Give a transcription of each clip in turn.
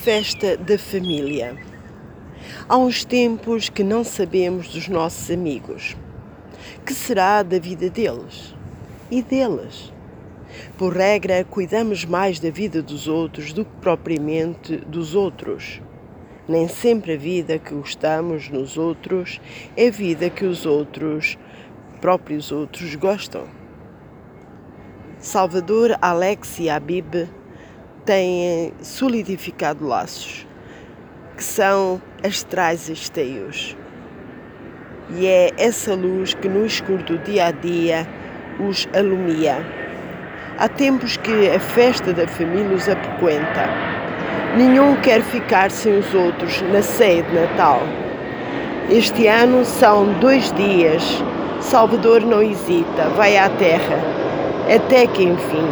festa da família. Há uns tempos que não sabemos dos nossos amigos. Que será da vida deles e deles? Por regra, cuidamos mais da vida dos outros do que propriamente dos outros. Nem sempre a vida que gostamos nos outros é a vida que os próprios outros gostam. Salvador, Alex e Habib têm solidificado laços que são astrais esteios. E é essa luz que no escuro do dia a dia os alumia. Há tempos que a festa da família os apoquenta. Nenhum quer ficar sem os outros na ceia de Natal. Este ano são 2 dias. Salvador não hesita, vai à terra, até que enfim.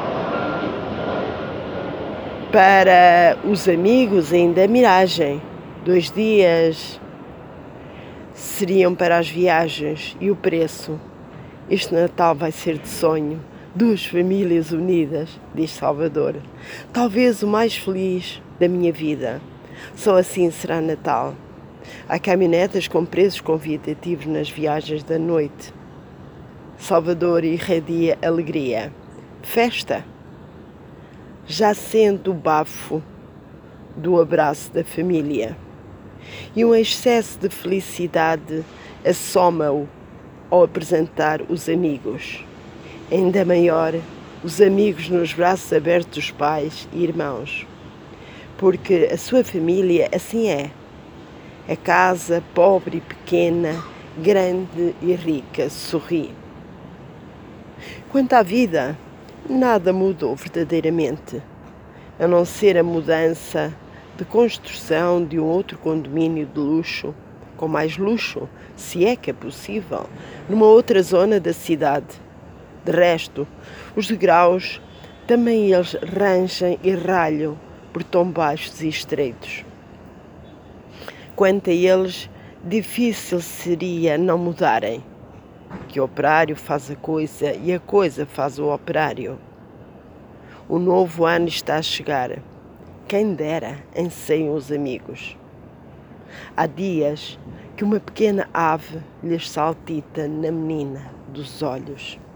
Para os amigos ainda miragem. 2 dias seriam para as viagens e o preço. Este Natal vai ser de sonho. 2 famílias unidas, diz Salvador. Talvez o mais feliz da minha vida. Só assim será Natal. Há caminhonetas com preços convidativos nas viagens da noite. Salvador irradia alegria. Festa. Já sente o bafo do abraço da família. E um excesso de felicidade assoma-o ao apresentar os amigos. Ainda maior, os amigos nos braços abertos dos pais e irmãos. Porque a sua família assim é. A casa, pobre e pequena, grande e rica, sorri. Quanto à vida, nada mudou verdadeiramente, a não ser a mudança de construção de um outro condomínio de luxo, com mais luxo, se é que é possível, numa outra zona da cidade. De resto, os degraus também eles rangem e ralham por tão baixos e estreitos. Quanto a eles, difícil seria não mudarem, que o operário faz a coisa e a coisa faz o operário. O novo ano está a chegar. Quem dera anseiam os amigos. Há dias que uma pequena ave lhes saltita na menina dos olhos.